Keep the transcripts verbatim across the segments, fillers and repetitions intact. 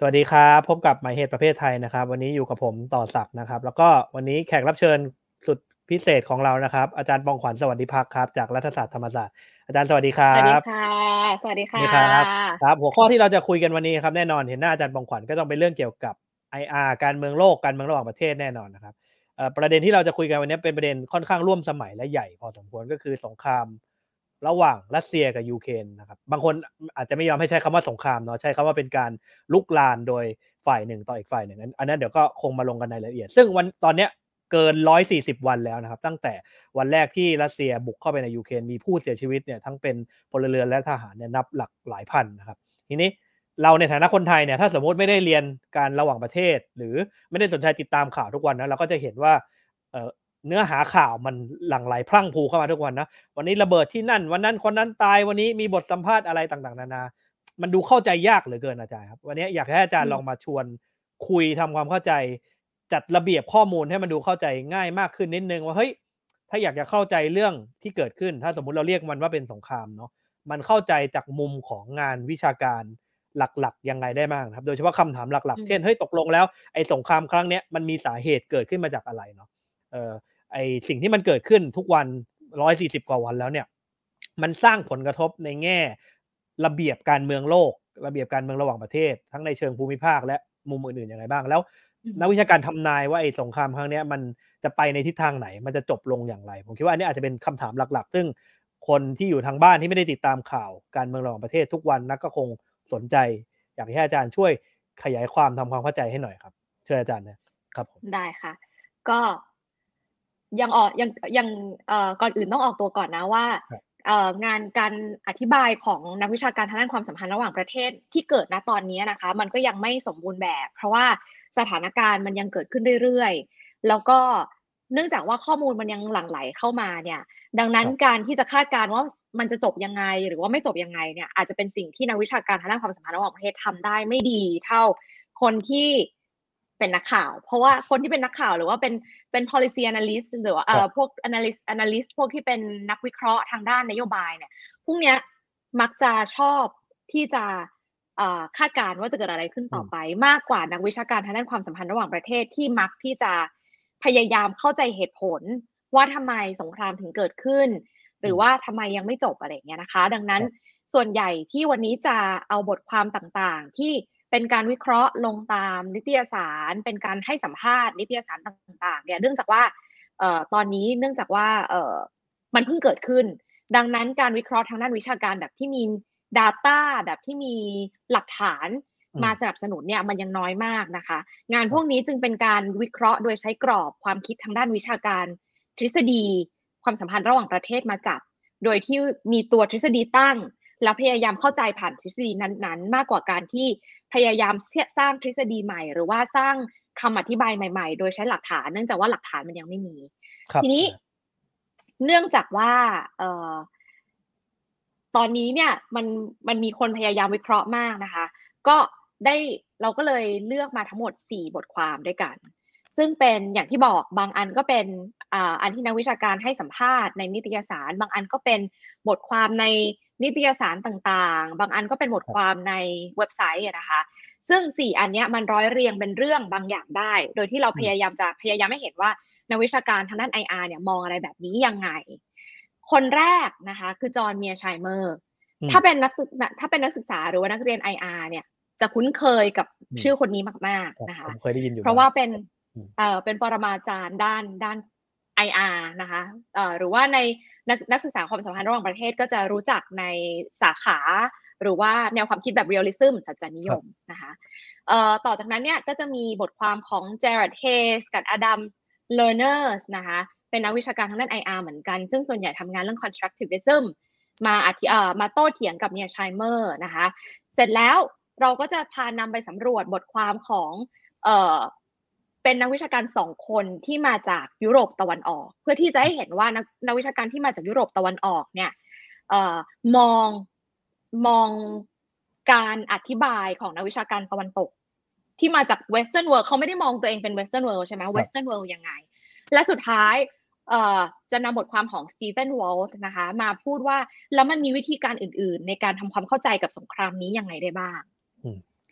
วัสดีครับพบกับหมายเหตุประเภทไทยนะครับวันนี้อยู่กับผมต่อศักดิ์นะครับแล้วก็วันนี้แขกรับเชิญสุดพิเศษของเรานะครับอาจารย์ปองขวัญสวัสดิภักดิ์ครับจากรัฐศาสตร์ธรรมศาสตร์อาจารย์สวัสดีครัสวัสดีบค่ะสวัสดีค่นี่ครับะครับหัวข้อที่เราจะคุยกันวันนี้ครับแน่นอนเห็นหน้าอาจารย์ปองขวัญก็ต้องเป็นเรื่องเกี่ยวกับ ไอ อาร์ การเมืองโลกการเมืองระหว่างประเทศแน่นอนนะครับเอ่อประเด็นที่เราจะคุยกันวันนี้เป็นประเด็นค่อนข้างร่วมสมัยและใหญ่พอสมควรก็คือสงครามระหว่างรัสเซียกับยูเครนนะครับบางคนอาจจะไม่ยอมให้ใช้คำว่าสงครามเนาะใช้คำว่าเป็นการลุกลานโดยฝ่ายหนึ่งต่ออีกฝ่ายหนึ่งอันนั้นเดี๋ยวก็คงมาลงกันในรายละเอียดซึ่งวันตอนเนี้ยเกินหนึ่งร้อยสี่สิบวันแล้วนะครับตั้งแต่วันแรกที่รัสเซียบุกเข้าไปในยูเครนมีผู้เสียชีวิตเนี่ยทั้งเป็นพลเรือนและทหารเนี่ยนับหลักหลายพันนะครับทีนี้เราในฐานะคนไทยเนี่ยถ้าสมมุติไม่ได้เรียนการระหว่างประเทศหรือไม่ได้สนใจติดตามข่าวทุกวันนะเราก็จะเห็นว่าเอ่อเนื้อหาข่าวมันหลั่งไหลพรั่งพรูเข้ามาทุกวันนะวันนี้ระเบิดที่นั่นวันนั้นคนนั้นตายวันนี้มีบทสัมภาษณ์อะไรต่างๆนานามันดูเข้าใจยากเหลือเกินอาจารย์ครับวันนี้อยากให้อาจารย์ลองมาชวนคุยทำความเข้าใจจัดระเบียบข้อมูลให้มันดูเข้าใจง่ายมากขึ้นนิดนึงว่าเฮ้ยถ้าอยากจะเข้าใจเรื่องที่เกิดขึ้นถ้าสมมุติเราเรียกมันว่าเป็นสงครามเนาะมันเข้าใจจากมุมของงานวิชาการหลักๆยังไงได้บ้างครับโดยเฉพาะคำถามหลักอืมๆเช่นเฮ้ยตกลงแล้วไอ้สงครามครั้งเนี้ยมันมีสาเหตุเกิดขึ้นมาจากอะไรเนาะเอ่อ ไอสิ่งที่มันเกิดขึ้นทุกวันหนึ่งร้อยสี่สิบกว่าวันแล้วเนี่ยมันสร้างผลกระทบในแง่ระเบียบการเมืองโลกระเบียบการเมืองระหว่างประเทศทั้งในเชิงภูมิภาคและมุมอื่นๆยังไงบ้างแล้วอืมนักวิชาการทำนายว่าไอ้สงครามครั้งนี้มันจะไปในทิศทางไหนมันจะจบลงอย่างไรผมคิดว่าอันนี้อาจจะเป็นคำถามหลักๆซึ่งคนที่อยู่ทางบ้านที่ไม่ได้ติดตามข่าวการเมืองระหว่างประเทศทุกวันนักก็คงสนใจอยากให้อาจารย์ช่วยขยายความทำความเข้าใจให้หน่อยครับเชิญอาจารย์นะครับผมได้ค่ะก็ยังออกยังยังเอ่อก่อนอื่นต้องออกตัวก่อนนะว่าครับเอ่องานการอธิบายของนักวิชาการทางด้านความสัมพันธ์ระหว่างประเทศที่เกิดณตอนนี้นะคะมันก็ยังไม่สมบูรณ์แบบเพราะว่าสถานการณ์มันยังเกิดขึ้นเรื่อยๆแล้วก็เนื่องจากว่าข้อมูลมันยังหลั่งไหลเข้ามาเนี่ยดังนั้นครับการที่จะคาดการณ์ว่ามันจะจบยังไงหรือว่าไม่จบยังไงเนี่ยอาจจะเป็นสิ่งที่นักวิชาการทางด้านความสัมพันธ์ระหว่างประเทศทำได้ไม่ดีเท่าคนที่เป็นนักข่าวเพราะว่าคนที่เป็นนักข่าวหรือว่าเป็นเป็น policy analyst หรือว่าคเอ่รับอพวก analyst analyst พวกที่เป็นนักวิเคราะห์ทางด้านนโยบายเนี่ยพวกเนี้ยมักจะชอบที่จะเอ่อคาดการณ์ว่าจะเกิดอะไรขึ้นอืมต่อไปมากกว่านักวิชาการทางด้านความสัมพันธ์ระหว่างประเทศที่มักที่จะพยายามเข้าใจเหตุผลว่าทำไมสงครามถึงเกิดขึ้นหอืมรือว่าทำไมยังไม่จบอะไรอย่างเงี้ยนะคะดังนั้นครับส่วนใหญ่ที่วันนี้จะเอาบทความต่างๆที่เป็นการวิเคราะห์ลงตามนิตยสารเป็นการให้สัมภาษณ์นิตยสารต่างๆเนี่ยเนื่องจากว่าเอ่อตอนนี้เนื่องจากว่าเอ่อมันเพิ่งเกิดขึ้นดังนั้นการวิเคราะห์ทางด้านวิชาการแบบที่มี data แบบที่มีหลักฐานอืมมาสนับสนุนเนี่ยมันยังน้อยมากนะคะงานครับพวกนี้จึงเป็นการวิเคราะห์โดยใช้กรอบความคิดทางด้านวิชาการทฤษฎีความสัมพันธ์ระหว่างประเทศมาจับโดยที่มีตัวทฤษฎีตั้งแล้วพยายามเข้าใจผ่านทฤษฎีนั้นๆมากกว่าการที่พยายามสร้างทฤษฎีใหม่หรือว่าสร้างคำอธิบายใหม่ๆโดยใช้หลักฐานเนื่องจากว่าหลักฐานมันยังไม่มีครับทีนี้อาเนื่องจากว่าเอ่อ ตอนนี้เนี่ยมันมันมีคนพยายามวิเคราะห์มากนะคะก็ได้เราก็เลยเลือกมาทั้งหมดสี่บทความด้วยกันซึ่งเป็นอย่างที่บอกบางอันก็เป็นอ่าอันที่นักวิชาการให้สัมภาษณ์ในนิตยสารบางอันก็เป็นบทความในนิตยสารต่างๆบางอันก็เป็นบทความในเว็บไซต์อะนะคะซึ่งสี่อันเนี้ยมันร้อยเรียงเป็นเรื่องบางอย่างได้โดยที่เราอืมพยายามจะพยายามให้เห็นว่านักวิชาการทางด้าน ไอ อาร์ เนี่ยมองอะไรแบบนี้ยังไง คนแรกนะคะคือจอห์นเมียร์ไชเมอร์อืมถ้าเป็นนักศึกถ้าเป็นนักศึกษาหรือว่านักเรียน ไอ อาร์ เนี่ยจะคุ้นเคยกับอืมชื่อคนนี้มากครับๆนะคะผมเคยได้ยินอยู่บ้างเพราะว่าเป็นอืมเอ่อเป็นปรมาจารย์ด้านด้าน ไอ อาร์ นะคะเอ่อหรือว่าในนักนักศึกษาความสัมพันธ์ระหว่างประเทศก็จะรู้จักในสาขาหรือว่าแนวความคิดแบบเรียลลิซึมสัจจนิยมครับนะคะเอ่อต่อจากนั้นเนี่ยก็จะมีบทความของเจอร์ a ดเฮสกับอดัมเลอร์เนอร์สนะคะ เป็นนักวิชาการทางด้าน ไอ อาร์ เหมือนกัน ซึ่งส่วนใหญ่ทำงานเรื่อง constructivism มาอธิเอ่อมาโต้เถียงกับเนี่ยชัยเมอร์นะคะ เสร็จแล้วเราก็จะพานำไปสำรวจบทความของเอ่อเป็นนักวิชาการสองคนที่มาจากยุโรปตะวันออก เพื่อที่จะให้เห็นว่านักนักวิชาการที่มาจากยุโรปตะวันออกเนี่ยเอ่อมองมองการอธิบายของนักวิชาการตะวันตกที่มาจาก Western World เขาไม่ได้มองตัวเองเป็น Western World ใช่ไหมครับ Western World ยังไง และสุดท้ายเอ่อจะนำบทความของสตีเฟนวอลต์นะคะมาพูดว่าแล้วมันมีวิธีการอื่นๆในการทำความเข้าใจกับสงครามนี้ยังไงได้บ้างอืม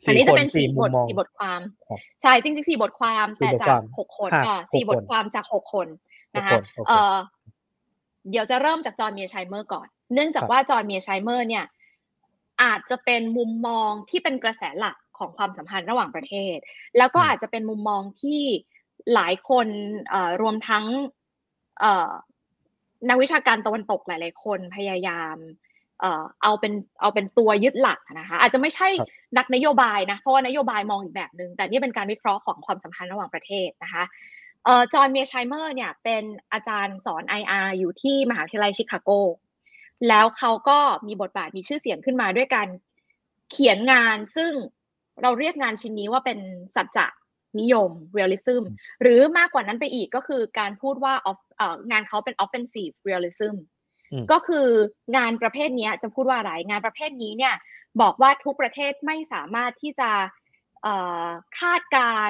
อันนี้จะเป็นสี่บทสี่บทความใช่จริงๆสี่บทความแต่จากหกคนอ่าสี่บทความจากหกคนนะคะเอ่อเดี๋ยวจะเริ่มจากจอห์นเมียร์ไชเมอร์ก่อนเนื่องจากว่าจอห์นเมียร์ไชเมอร์เนี่ยอาจจะเป็นมุมมองที่เป็นกระแสหลักของความสัมพันธ์ระหว่างประเทศแล้วก็อาจจะเป็นมุมมองที่หลายคนเอ่อรวมทั้งเอ่อนักวิชาการตะวันตกหลายๆคนพยายามเอ่อเอาเป็นเอาเป็นตัวยึดหลักนะคะอาจจะไม่ใช่นักนโยบายนะเพราะว่านโยบายมองอีกแบบนึงแต่นี่เป็นการวิเคราะห์ของความสัมพันธ์ระหว่างประเทศนะคะเอ่อจอห์นเมียร์ไชเมอร์เนี่ยเป็นอาจารย์สอน ไอ อาร์ อยู่ที่มหาวิทยาลัยชิคาโกแล้วเขาก็มีบทบาทมีชื่อเสียงขึ้นมาด้วยการเขียนงานซึ่งเราเรียกงานชิ้นนี้ว่าเป็นสัจจะนิยม realism หรือมากกว่านั้นไปอีกก็คือการพูดว่าเอ่องานเขาเป็น offensive realism ก็คืองานประเภทนี้จะพูดว่าอะไรงานประเภทนี้เนี่ยบอกว่าทุกประเทศไม่สามารถที่จะคาดการ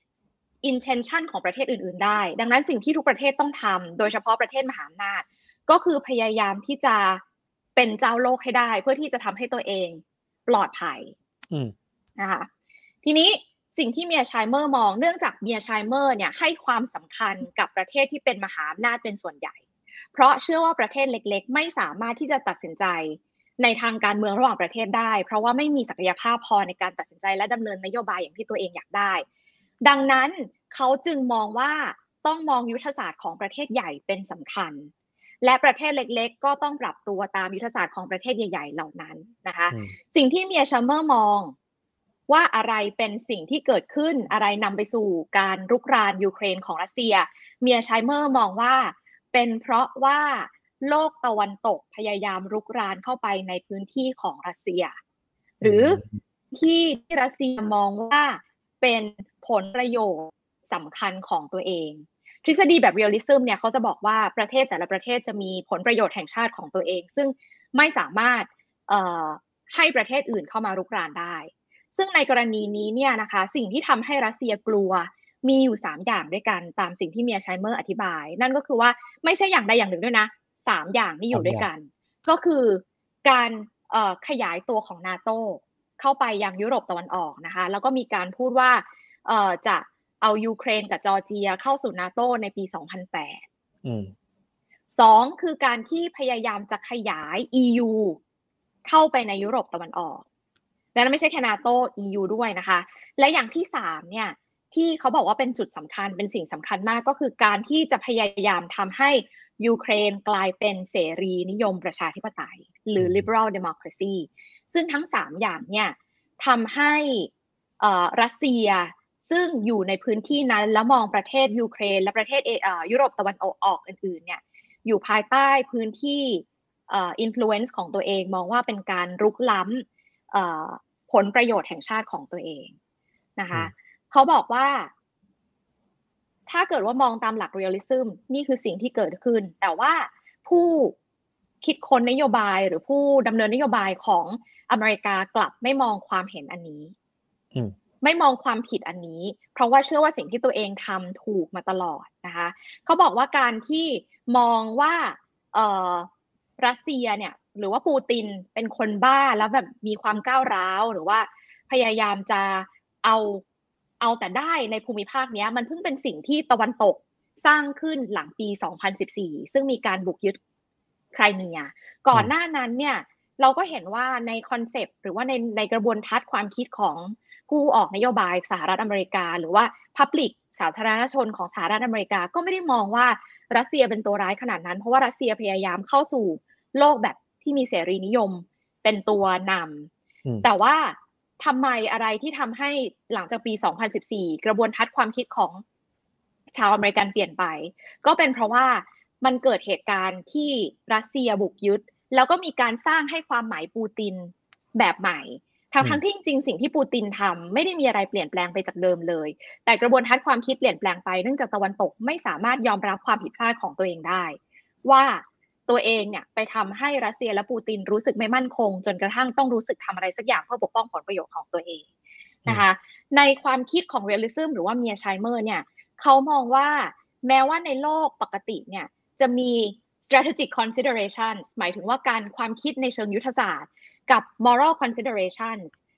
intention ของประเทศอื่นๆได้ดังนั้นสิ่งที่ทุกประเทศต้องทำโดยเฉพาะประเทศมหาอำนาจก็คือพยายามที่จะเป็นเจ้าโลกให้ได้เพื่อที่จะทำให้ตัวเองปลอดภัยนะคะทีนี้สิ่งที่เมียร์ไชเมอร์มองเนื่องจากเมียร์ไชเมอร์เนี่ยให้ความสำคัญกับประเทศที่เป็นมหาอำนาจเป็นส่วนใหญ่เพราะเชื่อว่าประเทศเล็กๆไม่สามารถที่จะตัดสินใจในทางการเมืองระหว่างประเทศได้เพราะว่าไม่มีศักยภาพพอในการตัดสินใจและดำเนินนโยบายอย่างที่ตัวเองอยากได้ดังนั้นเขาจึงมองว่าต้องมองยุทธศาสตร์ของประเทศใหญ่เป็นสำคัญและประเทศเล็กๆก็ต้องปรับตัวตามยุทธศาสตร์ของประเทศใหญ่ๆเหล่านั้นนะคะสิ่งที่เมียร์ไชเมอร์มองว่าอะไรเป็นสิ่งที่เกิดขึ้นอะไรนำไปสู่การรุกรานยูเครนของรัสเซียเมียร์ไชเมอร์มองว่าเป็นเพราะว่าโลกตะวันตกพยายามรุกรานเข้าไปในพื้นที่ของรัสเซียหรือที่ที่รัสเซียมองว่าเป็นผลประโยชน์สำคัญของตัวเองทฤษฎีแบบเรียลลิซึมเนี่ยเขาจะบอกว่าประเทศแต่ละประเทศจะมีผลประโยชน์แห่งชาติของตัวเองซึ่งไม่สามารถเอ่อให้ประเทศอื่นเข้ามารุกรานได้ซึ่งในกรณีนี้เนี่ยนะคะสิ่งที่ทำให้รัสเซียกลัวมีอยู่สามอย่างด้วยกันตามสิ่งที่เมียร์ไชเมอร์อธิบายนั่นก็คือว่าไม่ใช่อย่างใดอย่างหนึ่งด้วยนะสามอย่างนี่อยู่ด้วยกันก็คือการเอ่อขยายตัวของ NATO เข้าไปยังยุโรปตะวันออกนะคะแล้วก็มีการพูดว่าเอ่อจะเอายูเครนกับจอร์เจียเข้าสู่ NATO ในปีสองพันแปดอืมสองคือการที่พยายามจะขยาย อี ยู เข้าไปในยุโรปตะวันออกและไม่ใช่แค่ NATO อี ยู ด้วยนะคะและอย่างที่สามเนี่ยที่เขาบอกว่าเป็นจุดสำคัญเป็นสิ่งสำคัญมากก็คือการที่จะพยายามทำให้ยูเครนกลายเป็นเสรีนิยมประชาธิปไตยหรือ liberal democracy ซึ่งทั้งสามอย่างเนี่ยทำให้รัสเซียซึ่งอยู่ในพื้นที่นั้นแล้วมองประเทศยูเครนและประเทศยุโรปตะวันออกอื่นๆเนี่ยอยู่ภายใต้พื้นที่ influence ของตัวเองมองว่าเป็นการรุกล้ำผลประโยชน์แห่งชาติของตัวเองนะคะเขาบอกว่าถ้าเกิดว่ามองตามหลัก realism นี่คือสิ่งที่เกิดขึ้นแต่ว่าผู้คิดค้นนโยบายหรือผู้ดำเนินนโยบายของอเมริกากลับไม่มองความเห็นอันนี้ไม่มองความผิดอันนี้เพราะว่าเชื่อว่าสิ่งที่ตัวเองทำถูกมาตลอดนะคะเขาบอกว่าการที่มองว่าเอ่อรัสเซียเนี่ยหรือว่าปูตินเป็นคนบ้าแล้วแบบมีความก้าวร้าวหรือว่าพยายามจะเอาเอาแต่ได้ในภูมิภาคนี้มันเพิ่งเป็นสิ่งที่ตะวันตกสร้างขึ้นหลังปีสองพันสิบสี่ซึ่งมีการบุกยึดไครเมียก่อนหน้านั้นเนี่ยเราก็เห็นว่าในคอนเซปต์หรือว่าในในกระบวนทัศน์ความคิดของผู้ออกนโยบายสหรัฐอเมริกาหรือว่า Public สาธารณชนของสหรัฐอเมริกาก็ไม่ได้มองว่ารัสเซียเป็นตัวร้ายขนาดนั้นเพราะว่ารัสเซียพยายามเข้าสู่โลกแบบที่มีเสรีนิยมเป็นตัวนำแต่ว่าทำไมอะไรที่ทำให้หลังจากปีสองพันสิบสี่กระบวนทัศน์ความคิดของชาวอเมริกันเปลี่ยนไปก็เป็นเพราะว่ามันเกิดเหตุการณ์ที่รัสเซียบุกยึดแล้วก็มีการสร้างให้ความหมายปูตินแบบใหม่ทั้งทั้งที่จริงๆสิ่งที่ปูตินทำไม่ได้มีอะไรเปลี่ยนแปลงไปจากเดิมเลยแต่กระบวนทัศน์ความคิดเปลี่ยนแปลงไปเนื่องจากตะวันตกไม่สามารถยอมรับความผิดพลาดของตัวเองได้ว่าตัวเองเนี่ยไปทำให้รัสเซียและปูตินรู้สึกไม่มั่นคงจนกระทั่งต้องรู้สึกทำอะไรสักอย่างเพื่อปกป้องผลประโยชน์ของตัวเองนะคะในความคิดของเรียลลิซึมหรือว่าเมียร์ไชเมอร์เนี่ยเขามองว่าแม้ว่าในโลกปกติเนี่ยจะมี strategic considerations หมายถึงว่าการความคิดในเชิงยุทธศาสตร์กับ moral considerations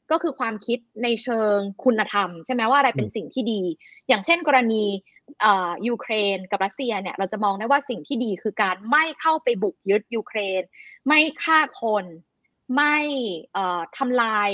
ก็คือความคิดในเชิงคุณธรรมใช่ไหมว่าอะไรเป็นสิ่งที่ดีอย่างเช่นกรณียูเครนกับรัสเซียเนี่ยเราจะมองได้ว่าสิ่งที่ดีคือการไม่เข้าไปบุกยึดยูเครนไม่ฆ่าคนไม่ทำลาย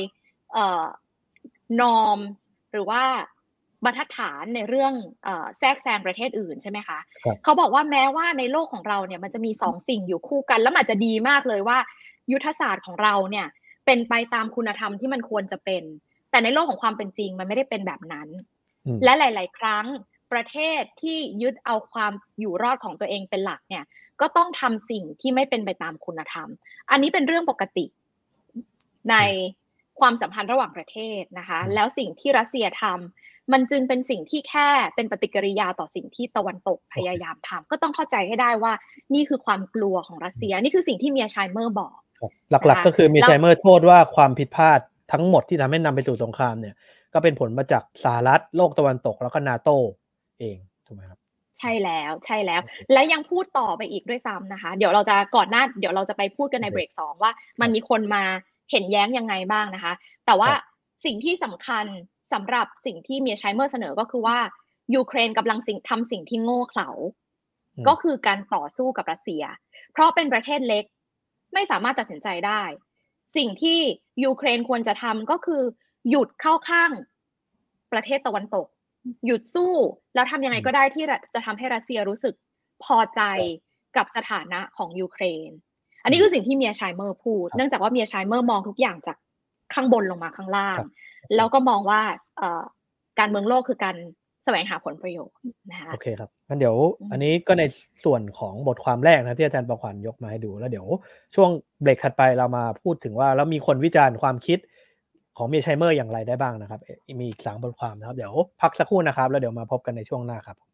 norms หรือว่าบรรทัดฐานในเรื่องแทรกแซงประเทศอื่นใช่ไหมคะเขาบอกว่าแม้ว่าในโลกของเราเนี่ยมันจะมีสองสิ่งอยู่คู่กันแล้วมันจะดีมากเลยว่ายุทธศาสตร์ของเราเนี่ยเป็นไปตามคุณธรรมที่มันควรจะเป็นแต่ในโลกของความเป็นจริงมันไม่ได้เป็นแบบนั้นและหลายๆครั้งประเทศที่ยึดเอาความอยู่รอดของตัวเองเป็นหลักเนี่ยก็ต้องทำสิ่งที่ไม่เป็นไปตามคุณธรรมอันนี้เป็นเรื่องปกติในความสัมพันธ์ระหว่างประเทศนะคะแล้วสิ่งที่รัสเซียทำมันจึงเป็นสิ่งที่แค่เป็นปฏิกิริยาต่อสิ่งที่ตะวันตกพยายามทำก็ต้องเข้าใจให้ได้ว่านี่คือความกลัวของรัสเซียนี่คือสิ่งที่เมียไชเมอร์บอกหลักๆก็คือเมียไชเมอร์โทษว่าความผิดพลาดทั้งหมดที่ทำให้นำไปสู่สงครามเนี่ยก็เป็นผลมาจากสหรัฐโลกตะวันตกแล้วก็นาโต้เองถูกไหมครับใช่แล้วใช่แล้วและยังพูดต่อไปอีกด้วยซ้ำนะคะเดี๋ยวเราจะก่อนหน้าเดี๋ยวเราจะไปพูดกันในเบรกสองว่ามันมีคนมาเห็นแย้งยังไงบ้างนะคะแต่ว่าสิ่งที่สำคัญสำหรับสิ่งที่เมียไชเมอร์เสนอก็คือว่ายูเครนกำลังทำสิ่งที่โง่เขลาก็คือการต่อสู้กับรัสเซียเพราะเป็นประเทศเล็กไม่สามารถตัดสินใจได้สิ่งที่ยูเครนควรจะทำก็คือหยุดเข้าข้างประเทศตะวันตกหยุดสู้แล้วทำยังไงก็ได้ที่จะทำให้รัสเซียรู้สึกพอใจกับสถานะของยูเครนอันนี้คือสิ่งที่เมียไชเมอร์พูดเนื่องจากว่าเมียไชเมอร์มองทุกอย่างจากข้างบนลงมาข้างล่างแล้วก็มองว่าการเมืองโลกคือการแสวงหาผลประโยชน์นะคะโอเคครับงั้นเดี๋ยวอันนี้ก็ในส่วนของบทความแรกนะที่อาจารย์ประขวัญยกมาให้ดูแล้วเดี๋ยวช่วงเบรกถัดไปเรามาพูดถึงว่าแล้วมีคนวิจารณ์ความคิดของเมียไชเมอร์อย่างไรได้บ้างนะครับมีอีกสามบทความนะครับเดี๋ยวพักสักครู่นะครับแล้วเดี๋ยวมาพบกันในช่วงหน้าครับ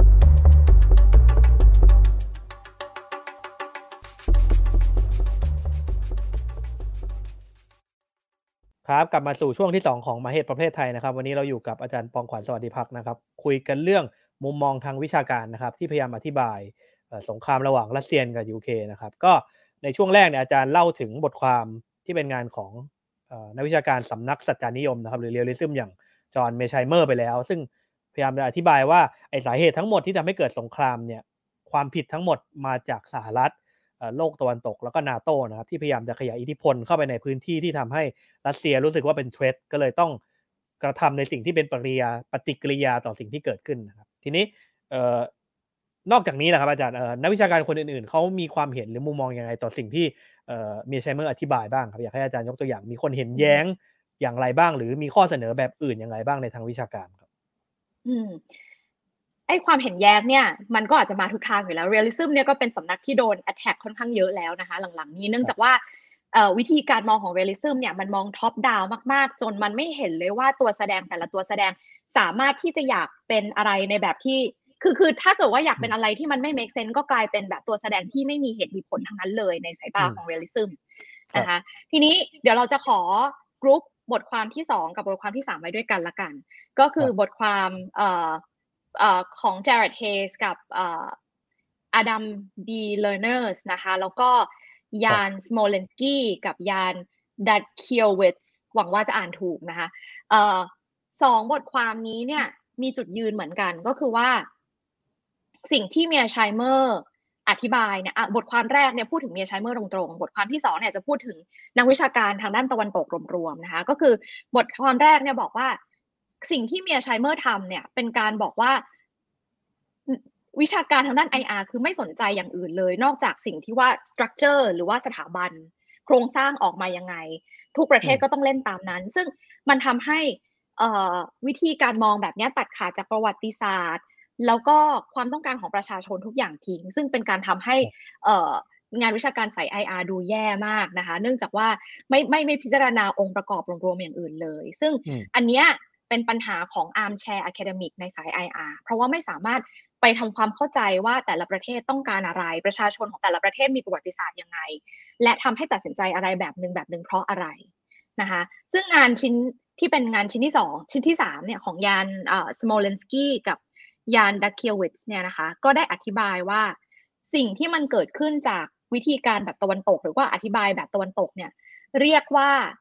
ครับกลับมาสู่ช่วงที่สองของมหาเหตุประเภทไทยนะครับวันนี้เราอยู่กับอาจารย์ปองขวัญสวัสดิภักดิ์นะครับคุยกันเรื่องมุมมองทางวิชาการนะครับที่พยายามอธิบายสงครามระหว่างรัสเซียกับยูเครนนะครับก็ในช่วงแรกเนี่ยอาจารย์เล่าถึงบทความที่เป็นงานของนักวิชาการสำนักสัจจานิยมนะครับหรือเรียลลิซึมอย่างจอห์นเมไชเมอร์ไปแล้วซึ่งพยายามจะอธิบายว่าไอ้สาเหตุทั้งหมดที่ทำให้เกิดสงครามเนี่ยความผิดทั้งหมดมาจากสหรัฐโลกตะวันตกแล้วก็นาโต้นะครับที่พยายามจะขยายอิทธิพลเข้าไปในพื้นที่ที่ทำให้รัสเซียรู้สึกว่าเป็นเทรดก็เลยต้องกระทำในสิ่งที่เป็นปฏิกิริยาปฏิกิริยาต่อสิ่งที่เกิดขึ้นนะครับทีนี้นอกจากนี้นะครับอาจารย์นักวิชาการคนอื่นๆเขามีความเห็นหรือมุมมองยังไงต่อสิ่งที่เมียไชเมอร์อธิบายบ้างครับอยากให้อาจารย์ยกตัวอย่างมีคนเห็นแย้งอย่างไรบ้างหรือมีข้อเสนอแบบอื่นอย่างไรบ้างในทางวิชาการครับอืมไอ้ความเห็นแย้งเนี่ยมันก็อาจจะมาทุกทางอยู่แล้วเรียลลิซึมเนี่ยก็เป็นสำนักที่โดนแอทแทคค่อนข้างเยอะแล้วนะคะหลังๆนี้เนื่องจากว่าวิธีการมองของเรียลลิซึมเนี่ยมันมองท็อปดาวน์มากๆจนมันไม่เห็นเลยว่าตัวแสดงแต่ละตัวแสดงสามารถที่จะอยากเป็นอะไรในแบบที่คือคือถ้าเกิดว่าอยากเป็นอะไรที่มันไม่ make sense ก็กลายเป็นแบบตัวแสดงที่ไม่มีเหตุมีผลทั้งนั้นเลยในสายตาของเรียลลิซึมนะคะทีนี้เดี๋ยวเราจะขอกรุ๊ปบทความที่สองกับบทความที่สามไว้ด้วยกันละกันก็คือบทความเอ่อเอ่อของ Jared Hayes กับเอ่อ Adam B. Lerner นะคะแล้วก็ยานสโมเลนสกี้กับยานดัตเคียววิตส์หวังว่าจะอ่านถูกนะคะเอ่อสองบทความนี้เนี่ยมีจุดยืนเหมือนกันก็คือว่าสิ่งที่เมียไชเมอร์อธิบายเนี่ยบทความแรกเนี่ยพูดถึงเมียไชเมอร์ตรงๆบทความที่สองเนี่ยจะพูดถึงนักวิชาการทางด้านตะวันตกรวมๆนะคะก็คือบทความแรกเนี่ยบอกว่าสิ่งที่เมียไชเมอร์ทำเนี่ยเป็นการบอกว่าวิชาการทางด้าน ไอ อาร์ คือไม่สนใจอย่างอื่นเลยนอกจากสิ่งที่ว่า structure หรือว่าสถาบันโครงสร้างออกมายังไงทุกประเทศก็ต้องเล่นตามนั้นซึ่งมันทำให้วิธีการมองแบบนี้ตัดขาดจากประวัติศาสตร์แล้วก็ความต้องการของประชาชนทุกอย่างทิ้งซึ่งเป็นการทำให้งานวิชาการสาย ไอ อาร์ ดูแย่มากนะคะเนื่องจากว่าไม่ไม่ไม่พิจารณาองค์ประกอบรวมๆอย่างอื่นเลยซึ่งอันเนี้ยเป็นปัญหาของ armchair academic ในสาย ไอ อาร์ เพราะว่าไม่สามารถไปทำความเข้าใจว่าแต่ละประเทศต้องการอะไรประชาชนของแต่ละประเทศมีประวัติศาสตร์ยังไงและทำให้ตัดสินใจอะไรแบบนึงแบบนึงเพราะอะไรนะคะซึ่งงานชิ้นที่เป็นงานชิ้นที่สองชิ้นที่สามเนี่ยของยานสโมเลนสกี้กับยานดักเคียววิตส์เนี่ยนะคะก็ได้อธิบายว่าสิ่งที่มันเกิดขึ้นจากวิธีการแบบตะวันตกหรือว่าอธิบายแบบตะวันตกเนี่ยเรียกว่า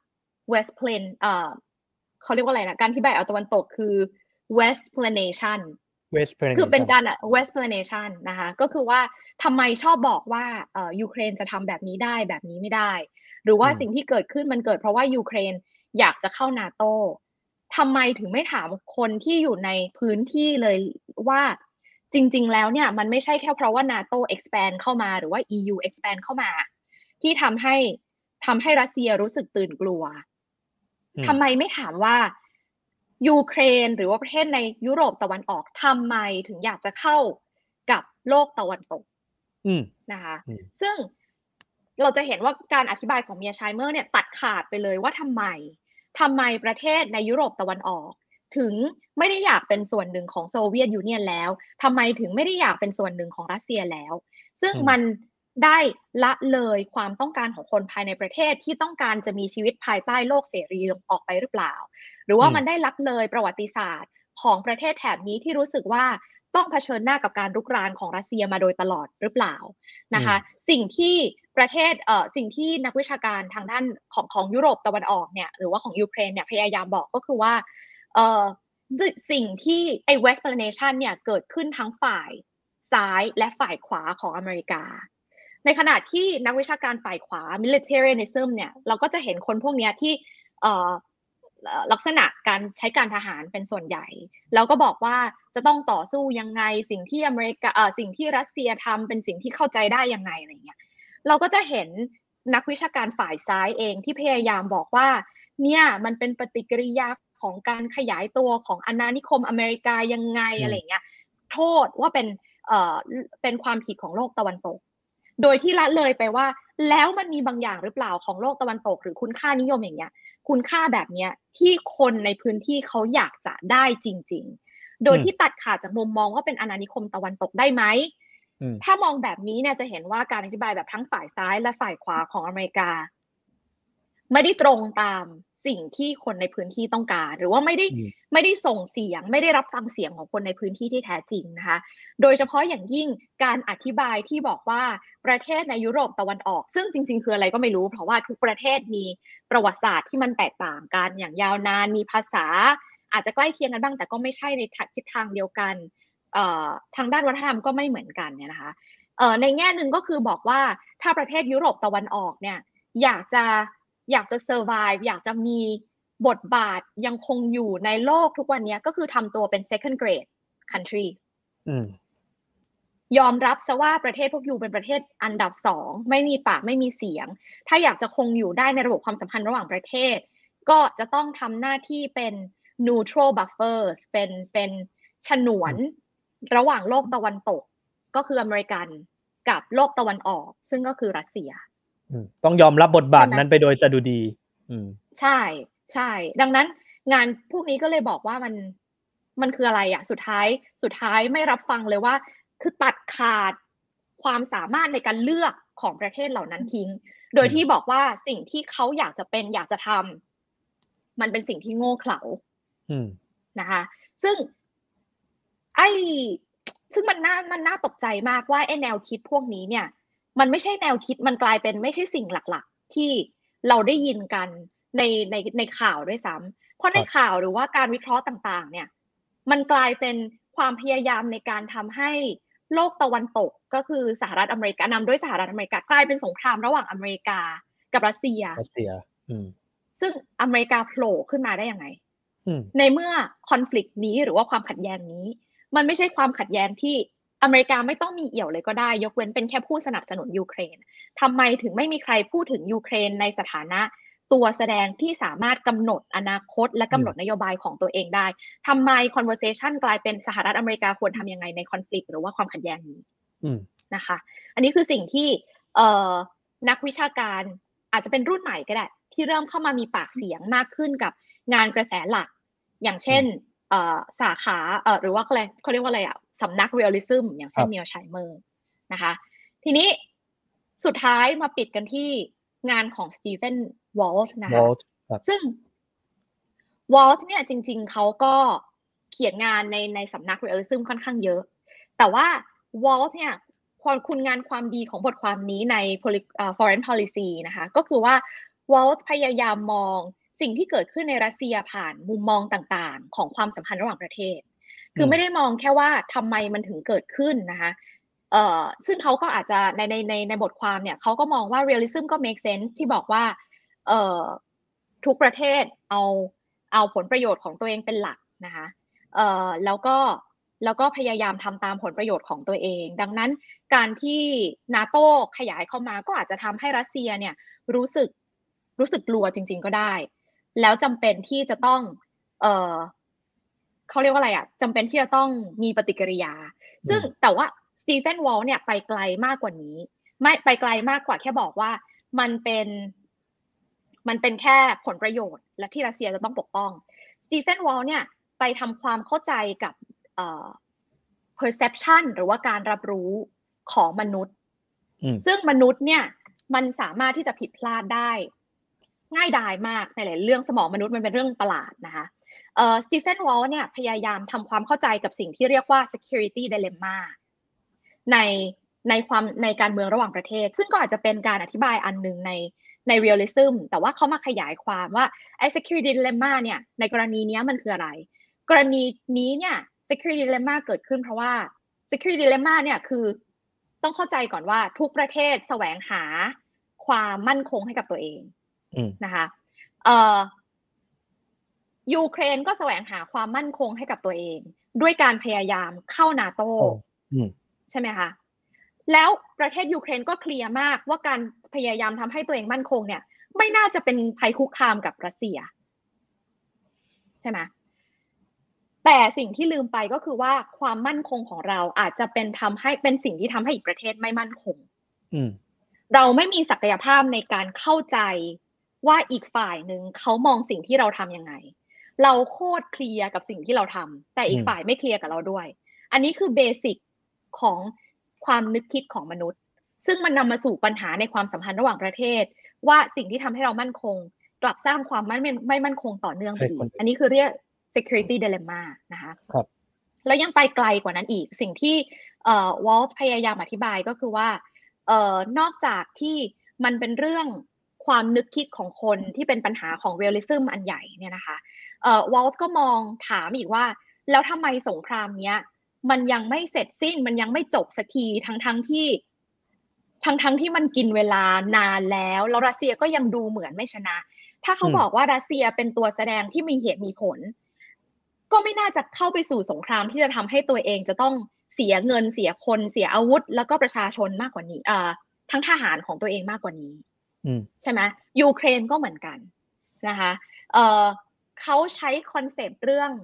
Westplan เอ่อเขาเรียกว่าอะไรนะการอธิบายเอาตะวันตกคือ Westplanation Westplanation คือเป็นการ Westplanation นะคะก็คือว่าทำไมชอบบอกว่าเอ่อยูเครนจะทำแบบนี้ได้แบบนี้ไม่ได้หรือว่าสิ่งที่เกิดขึ้นมันเกิดเพราะว่ายูเครนอยากจะเข้านาโต้ทำไมถึงไม่ถามคนที่อยู่ในพื้นที่เลยว่าจริงๆแล้วเนี่ยมันไม่ใช่แค่เพราะว่า NATO expand เข้ามาหรือว่า อี ยู expand เข้ามาที่ทำให้ทำให้รัสเซียรู้สึกตื่นกลัวทำไมไม่ถามว่ายูเครนหรือว่าประเทศในยุโรปตะวันออกทำไมถึงอยากจะเข้ากับโลกตะวันตกนะคะซึ่งเราจะเห็นว่าการอธิบายของเมียไชเมอร์เนี่ยตัดขาดไปเลยว่าทำไมทำไมประเทศในยุโรปตะวันออกถึงไม่ได้อยากเป็นส่วนหนึ่งของโซเวียตยูเนี่ยนแล้วทำไมถึงไม่ได้อยากเป็นส่วนหนึ่งของรัสเซียแล้วซึ่งมันได้ละเลยความต้องการของคนภายในประเทศที่ต้องการจะมีชีวิตภายใต้โลกเสรีออกไปหรือเปล่าหรือว่ามันได้ละเลยประวัติศาสตร์ของประเทศแถบนี้ที่รู้สึกว่าต้องเผชิญหน้ากับการรุกรานของรัสเซียมาโดยตลอดหรือเปล่านะคะสิ่งที่ประเทศเอ่อสิ่งที่นักวิชาการทางด้านของของยุโรปตะวันออกเนี่ยหรือว่าของยูเครนเนี่ยพยายามบอกก็คือว่าเอ่อสิ่งที่ไอ้ Westplanation เนี่ยเกิดขึ้นทั้งฝ่ายซ้ายและฝ่ายขวาของอเมริกาในขณะที่นักวิชาการฝ่ายขวา militarianism เนี่ยเราก็จะเห็นคนพวกนี้ที่เอ่อลักษณะการใช้การทหารเป็นส่วนใหญ่แล้วก็บอกว่าจะต้องต่อสู้ยังไงสิ่งที่อเมริกาเอ่อสิ่งที่รัสเซียทำเป็นสิ่งที่เข้าใจได้ยังไงอะไรเงี้ยเราก็จะเห็นนักวิชาการฝ่ายซ้ายเองที่พยายามบอกว่าเนี่ยมันเป็นปฏิกิริยาของการขยายตัวของอาณานิคมอเมริกายังไงอะไรเงี้ยโทษว่าเป็นเอ่อเป็นความผิดของโลกตะวันตกโดยที่ละเลยไปว่าแล้วมันมีบางอย่างหรือเปล่าของโลกตะวันตกหรือคุณค่านิยมอย่างเงี้ยคุณค่าแบบเนี้ยที่คนในพื้นที่เขาอยากจะได้จริงๆโดยที่ตัดขาดจากมุมมองว่าเป็นอาณานิคมตะวันตกได้ไหมถ้ามองแบบนี้เนี่ยจะเห็นว่าการอธิบายแบบทั้งฝ่ายซ้ายและฝ่ายขวาของอเมริกาไม่ได้ตรงตามสิ่งที่คนในพื้นที่ต้องการหรือว่าไม่ได้ไม่ได้ส่งเสียงไม่ได้รับฟังเสียงของคนในพื้นที่ที่แท้จริงนะคะโดยเฉพาะอย่างยิ่งการอธิบายที่บอกว่าประเทศในยุโรปตะวันออกซึ่งจริงๆคืออะไรก็ไม่รู้เพราะว่าทุกประเทศมีประวัติศาสตร์ที่มันแตกต่างกันอย่างยาวนานมีภาษาอาจจะใกล้เคียงกันบ้างแต่ก็ไม่ใช่ในทิศทางเดียวกันทางด้านวัฒนธรรมก็ไม่เหมือนกันเนี่ยนะคะในแง่หนึ่งก็คือบอกว่าถ้าประเทศยุโรปตะวันออกเนี่ยอยากจะอยากจะ survive อยากจะมีบทบาทยังคงอยู่ในโลกทุกวันนี้ก็คือทำตัวเป็น second grade country ยอมรับซะว่าประเทศพวกยูเป็นประเทศอันดับสองไม่มีปากไม่มีเสียงถ้าอยากจะคงอยู่ได้ในระบบความสัมพันธ์ระหว่างประเทศก็จะต้องทำหน้าที่เป็น neutral buffers เป็นเป็นฉนวนระหว่างโลกตะวันตกก็คืออเมริกันกับโลกตะวันออกซึ่งก็คือรัสเซียต้องยอมรับบทบาทนั้นไปโดยสดุดีใช่ใช่ดังนั้นงานพวกนี้ก็เลยบอกว่ามันมันคืออะไรอ่ะสุดท้ายสุดท้ายไม่รับฟังเลยว่าคือตัดขาดความสามารถในการเลือกของประเทศเหล่านั้นทิ้งโดยที่บอกว่าสิ่งที่เขาอยากจะเป็นอยากจะทำมันเป็นสิ่งที่โง่เขลานะคะซึ่งไอ้ซึ่งมันน่ามันน่าตกใจมากว่าไอ้แนวคิดพวกนี้เนี่ยมันไม่ใช่แนวคิดมันกลายเป็นไม่ใช่สิ่งหลักๆที่เราได้ยินกันในในในข่าวด้วยซ้ำเพราะในข่าวหรือว่าการวิเคราะห์ต่างๆเนี่ยมันกลายเป็นความพยายามในการทำให้โลกตะวันตกก็คือสหรัฐอเมริกานำด้วยสหรัฐอเมริกากลายเป็นสงครามระหว่างอเมริกากับรัสเซียรัสเซียซึ่งอเมริกาโผล่ขึ้นมาได้ยังไงในเมื่อคอนฟลิกต์นี้หรือว่าความขัดแย้งนี้มันไม่ใช่ความขัดแย้งที่อเมริกาไม่ต้องมีเอี่ยวเลยก็ได้ยกเว้นเป็นแค่ผู้สนับสนุนยูเครนทำไมถึงไม่มีใครพูดถึงยูเครนในสถานะตัวแสดงที่สามารถกำหนดอนาคตและกำหนดนโยบายของตัวเองได้ทำไม conversation กลายเป็นสหรัฐอเมริกาควรทำยังไงในคอนฟลิกต์หรือว่าความขัดแย้งนี้นะคะอันนี้คือสิ่งที่นักวิชาการอาจจะเป็นรุ่นใหม่ก็ได้ที่เริ่มเข้ามามีปากเสียงมากขึ้นกับงานกระแสหลักอย่างเช่นสาขาหรือว่าอะไรเขาเรียกว่าอะไรอ่ะสำนักเรียลลิซึมอย่างเช่นเมียลไชเมอร์นะคะทีนี้สุดท้ายมาปิดกันที่งานของสตีเฟนวอลต์นะคะซึ่งวอลต์เนี่ยจริงๆเขาก็เขียนงานในในสำนักเรียลลิซึมค่อนข้างเยอะแต่ว่าวอลต์เนี่ยความคุณงานความดีของบทความนี้ใน foreign policy นะคะก็คือว่าวอลต์พยายามมองสิ่งที่เกิดขึ้นในรัสเซียผ่านมุมมองต่างๆของความสัมพันธ์ระหว่างประเทศคือไม่ได้มองแค่ว่าทำไมมันถึงเกิดขึ้นนะคะเอ่อซึ่งเขาก็อาจจะในในในในบทความเนี่ยเขาก็มองว่า realism ก็ make sense ที่บอกว่าเอ่อทุกประเทศเอาเอาผลประโยชน์ของตัวเองเป็นหลักนะคะเอ่อแล้วก็แล้วก็พยายามทำตามผลประโยชน์ของตัวเองดังนั้นการที่ NATO ขยายเข้ามาก็อาจจะทำให้รัสเซียเนี่ยรู้สึกรู้สึกกลัวจริงๆก็ได้แล้วจำเป็นที่จะต้องเอ่อเขาเรียกว่าอะไรอ่ะจำเป็นที่จะต้องมีปฏิกิริยาซึ่งแต่ว่าสตีเฟนวอลเนี่ยไปไกลมากกว่านี้ไม่ไปไกลมากกว่าแค่บอกว่ามันเป็นมันเป็นแค่ผลประโยชน์และที่รัสเซียจะต้องปกป้องสตีเฟนวอลเนี่ยไปทำความเข้าใจกับเอ่อ perception หรือว่าการรับรู้ของมนุษย์ซึ่งมนุษย์เนี่ยมันสามารถที่จะผิดพลาดได้ง่ายดายมากในหลายเรื่องสมองมนุษย์มันเป็นเรื่องประหลาดนะคะเอ่อสตีเฟนวอลเนี่ยพยายามทำความเข้าใจกับสิ่งที่เรียกว่า security dilemma ในในความในการเมืองระหว่างประเทศซึ่งก็อาจจะเป็นการอธิบายอันนึงในใน realism แต่ว่าเขามาขยายความว่าไอ้ security dilemma เนี่ยในกรณีนี้มันคืออะไรกรณีนี้เนี่ย security dilemma เกิดขึ้นเพราะว่า security dilemma เนี่ยคือต้องเข้าใจก่อนว่าทุกประเทศแสวงหาความมั่นคงให้กับตัวเองนะคะเอ่อยูเครนก็แสวงหาความมั่นคงให้กับตัวเองด้วยการพยายามเข้า NATO ใช่ไหมคะแล้วประเทศยูเครนก็เคลียร์มากว่าการพยายามทำให้ตัวเองมั่นคงเนี่ยไม่น่าจะเป็นภัยคุกคามกับรัสเซียใช่ไหมแต่สิ่งที่ลืมไปก็คือว่าความมั่นคงของเราอาจจะเป็นทำให้เป็นสิ่งที่ทำให้อีกประเทศไม่มั่นคงเราไม่มีศักยภาพในการเข้าใจว่าอีกฝ่ายหนึ่งเขามองสิ่งที่เราทำยังไงเราโคตรเคลียร์กับสิ่งที่เราทำแต่อีกฝ่ายไม่เคลียร์กับเราด้วยอันนี้คือเบสิกของความนึกคิดของมนุษย์ซึ่งมันนำมาสู่ปัญหาในความสัมพันธ์ระหว่างประเทศว่าสิ่งที่ทำให้เรามั่นคงกลับสร้างความไม่ไม่มั่นคงต่อเนื่องไปอีกอันนี้คือเรียก security dilemma นะคะครับแล้วยังไปไกลกว่านั้นอีกสิ่งที่เอ่อวอลต์พยายามอธิบายก็คือว่าเอ่อนอกจากที่มันเป็นเรื่องความนึกคิดของคนที่เป็นปัญหาของ realism อันใหญ่เนี่ยนะคะเอ่อวอลต์ก็มองถามอีกว่าแล้วทำไมสงครามเนี้ยมันยังไม่เสร็จสิ้นมันยังไม่จบสักทีทั้งทั้งที่ทั้งทั้งที่มันกินเวลานานแล้วแล้วรัสเซียก็ยังดูเหมือนไม่ชนะถ้าเขาบอกว่ารัสเซียเป็นตัวแสดงที่มีเหตุมีผลก็ไม่น่าจะเข้าไปสู่สงครามที่จะทำให้ตัวเองจะต้องเสียเงินเสียคนเสียอาวุธแล้วก็ประชาชนมากกว่านี้อ่าทั้งทหารของตัวเองมากกว่านี้ใช่ไหมยูเครนก็เหมือนกันนะคะเอ่อเขาใช้คอนเซปต์เรื่อง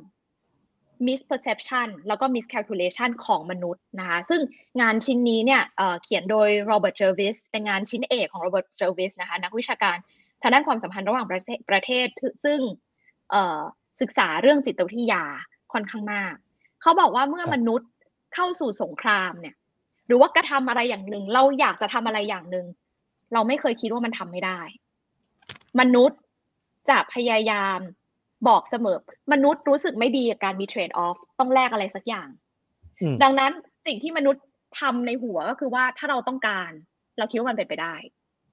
misperception แล้วก็ miscalculation ของมนุษย์นะคะซึ่งงานชิ้นนี้เนี่ย เอ่อ เขียนโดยโรเบิร์ตเจอร์วิสเป็นงานชิ้นเอกของโรเบิร์ตเจอร์วิสนะคะนักวิชาการทางด้านความสัมพันธ์ระหว่างประเทศประเทศซึ่งเอ่อศึกษาเรื่องจิตวิทยาค่อนข้างมากเขาบอกว่าเมื่อมนุษย์เข้าสู่สงครามเนี่ยหรือว่ากระทำอะไรอย่างหนึ่งเราอยากจะทำอะไรอย่างหนึ่งเราไม่เคยคิดว่ามันทำไม่ได้มนุษย์จะพยายามบอกเสมอมนุษย์รู้สึกไม่ดีกับการมีเทรดออฟต้องแลกอะไรสักอย่างดังนั้นสิ่งที่มนุษย์ทำในหัวก็คือว่าถ้าเราต้องการเราคิดว่ามันเป็นไปได้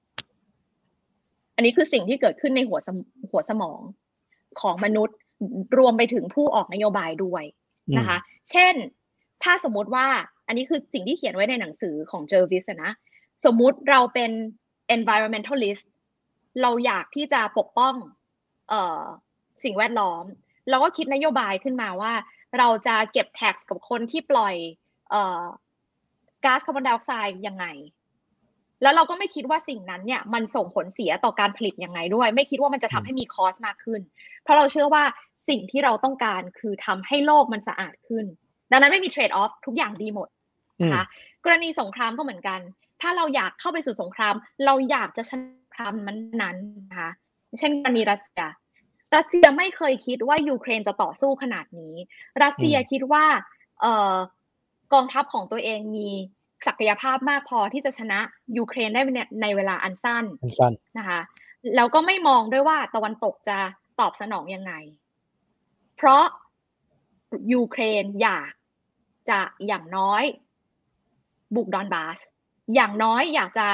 อันนี้คือสิ่งที่เกิดขึ้นในหัวหัวสมองของมนุษย์รวมไปถึงผู้ออกนโยบายด้วยนะคะเช่นถ้าสมมติว่าอันนี้คือสิ่งที่เขียนไว้ในหนังสือของเจอร์วิสนะสมมุติเราเป็น environmentalist เราอยากที่จะปกป้องเอ่อสิ่งแวดล้อมเราก็คิดนโยบายขึ้นมาว่าเราจะเก็บแท็กซ์กับคนที่ปล่อยเอ่อก๊าซคาร์บอนไดออกไซด์ยังไงแล้วเราก็ไม่คิดว่าสิ่งนั้นเนี่ยมันส่งผลเสียต่อการผลิตยังไงด้วยไม่คิดว่ามันจะทำให้มีคอสมากขึ้นเพราะเราเชื่อว่าสิ่งที่เราต้องการคือทำให้โลกมันสะอาดขึ้นดังนั้นไม่มีเทรดออฟทุกอย่างดีหมดนะคะกรณีสงครามก็เหมือนกันถ้าเราอยากเข้าไปสู่สงครามเราอยากจะชนะสงครามนั้นๆนะคะเช่นกรณีรัสเซียรัสเซียไม่เคยคิดว่ายูเครนจะต่อสู้ขนาดนี้รัสเซียคิดว่าเอ่อกองทัพของตัวเองมีศักยภาพมากพอที่จะชนะยูเครนได้ในเวลาอันสั้นนะคะแล้วก็ไม่มองด้วยว่าตะวันตกจะตอบสนองยังไงเพราะยูเครนอยากจะอย่างน้อยบุกดอนบาสอย่างน้อยอยากจะ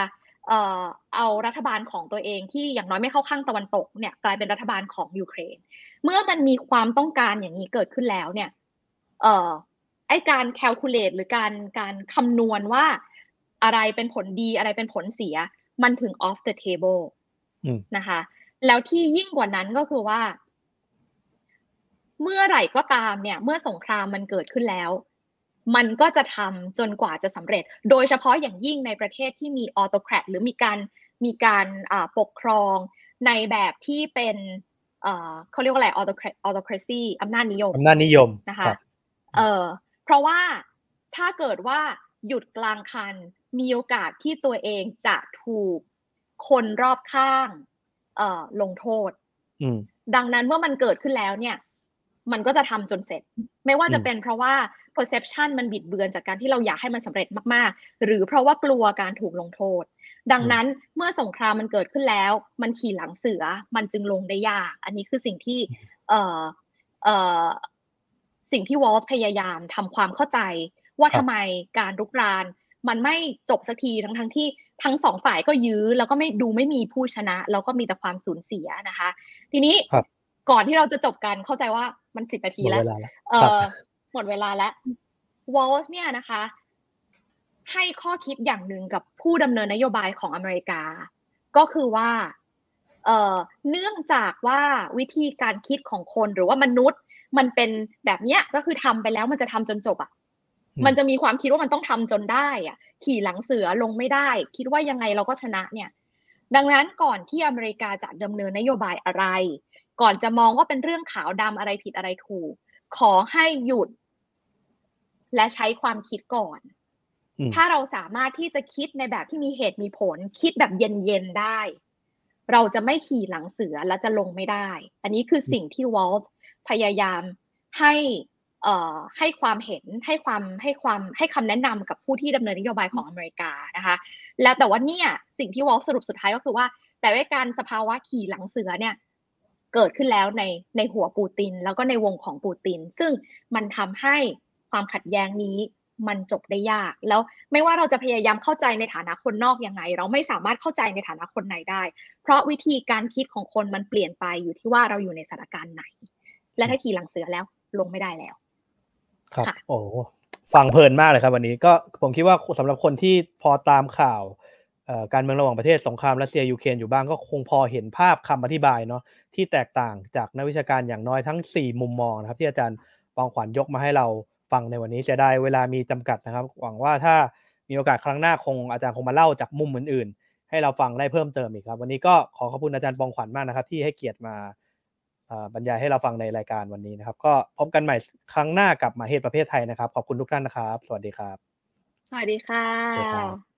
เอ่อเอารัฐบาลของตัวเองที่อย่างน้อยไม่เข้าข้างตะวันตกเนี่ยกลายเป็นรัฐบาลของยูเครนเมื่อมันมีความต้องการอย่างนี้เกิดขึ้นแล้วเนี่ยเอ่อไอ้การ calculate หรือการการคำนวณว่าอะไรเป็นผลดีอะไรเป็นผลเสียมันถึง off the table นะคะแล้วที่ยิ่งกว่านั้นก็คือว่าเมื่อไหร่ก็ตามเนี่ยเมื่อสงครามมันเกิดขึ้นแล้วมันก็จะทำจนกว่าจะสำเร็จโดยเฉพาะอย่างยิ่งในประเทศที่มีออโตแครตหรือมีการมีการปกครองในแบบที่เป็นเขาเรียกว่าอะไรออโตออโตแครซีอำนาจนิยมอำนาจนิยมนะคะเออเพราะว่าถ้าเกิดว่าหยุดกลางคันมีโอกาสที่ตัวเองจะถูกคนรอบข้างเอ่อลงโทษดังนั้นเมื่อมันเกิดขึ้นแล้วเนี่ยมันก็จะทำจนเสร็จไม่ว่าจะเป็นเพราะว่า perception มันบิดเบือนจากการที่เราอยากให้มันสำเร็จมากๆหรือเพราะว่ากลัวการถูกลงโทษดังนั้นเมื่อสงครามมันเกิดขึ้นแล้วมันขี่หลังเสือมันจึงลงได้ยากอันนี้คือสิ่งที่เอ่อเอ่อสิ่งที่วอลต์พยายามทำความเข้าใจว่าทำไมการรุกรานมันไม่จบสักทีทั้งทั้งที่ทั้งสองฝ่ายก็ยื้อแล้วก็ไม่ดูไม่มีผู้ชนะแล้วก็มีแต่ความสูญเสียนะคะทีนี้ก่อนที่เราจะจบกันเข้าใจว่ามันสิบนาทีแล้วเออหมดเวลาแล้ววอลต์เนี่ยนะคะให้ข้อคิดอย่างหนึ่งกับผู้ดำเนินนโยบายของอเมริกาก็คือว่าเอ่อเนื่องจากว่าวิธีการคิดของคนหรือว่ามนุษย์มันเป็นแบบเนี้ยก็คือทำไปแล้วมันจะทำจนจบอ่ะมันจะมีความคิดว่ามันต้องทำจนได้อ่ะขี่หลังเสือลงไม่ได้คิดว่ายังไงเราก็ชนะเนี่ยดังนั้นก่อนที่อเมริกาจะดำเนินนโยบายอะไรก่อนจะมองว่าเป็นเรื่องขาวดำอะไรผิดอะไรถูกขอให้หยุดและใช้ความคิดก่อนถ้าเราสามารถที่จะคิดในแบบที่มีเหตุมีผลคิดแบบเย็นๆได้เราจะไม่ขี่หลังเสือและจะลงไม่ได้อันนี้คือสิ่งที่วอลต์พยายามให้เอ่อให้ความเห็นให้ความให้ความให้คำแนะนำกับผู้ที่ดำเนินนโยบายของอเมริกานะคะแล้วแต่ว่าเนี่ยสิ่งที่วอลต์สรุปสุดท้ายก็คือว่าแต่ว่าการสภาวะขี่หลังเสือเนี่ยเกิดขึ้นแล้วในในหัวปูตินแล้วก็ในวงของปูตินซึ่งมันทำให้ความขัดแย้งนี้มันจบได้ยากแล้วไม่ว่าเราจะพยายามเข้าใจในฐานะคนนอกยังไงเราไม่สามารถเข้าใจในฐานะคนในได้เพราะวิธีการคิดของคนมันเปลี่ยนไปอยู่ที่ว่าเราอยู่ในสถานการณ์ไหนและถ้าขี่หลังเสือแล้วลงไม่ได้แล้วครับโอ้ฟังเพลินมากเลยครับวันนี้ก็ผมคิดว่าสำหรับคนที่พอตามข่าวการเมืองระหว่างประเทศสงครามรัสเซียยูเครนอยู่บ้างก็คงพอเห็นภาพคำอธิบายเนาะที่แตกต่างจากนักวิชาการอย่างน้อยทั้งสี่มุมมองนะครับที่อาจารย์ปองขวัญยกมาให้เราฟังในวันนี้จะได้เวลามีจำกัดนะครับหวังว่าถ้ามีโอกาสครั้งหน้าคงอาจารย์คงมาเล่าจากมุมอื่นๆให้เราฟังได้เพิ่มเติมอีกครับวันนี้ก็ขอขอบคุณอาจารย์ปองขวัญมากนะครับที่ให้เกียรติมาบรรยายให้เราฟังในรายการวันนี้นะครับก็พบกันใหม่ครั้งหน้ากับมหาเหตุประเภทไทยนะครับขอบคุณทุกท่านนะครับสวัสดีครับสวัสดีค่ะ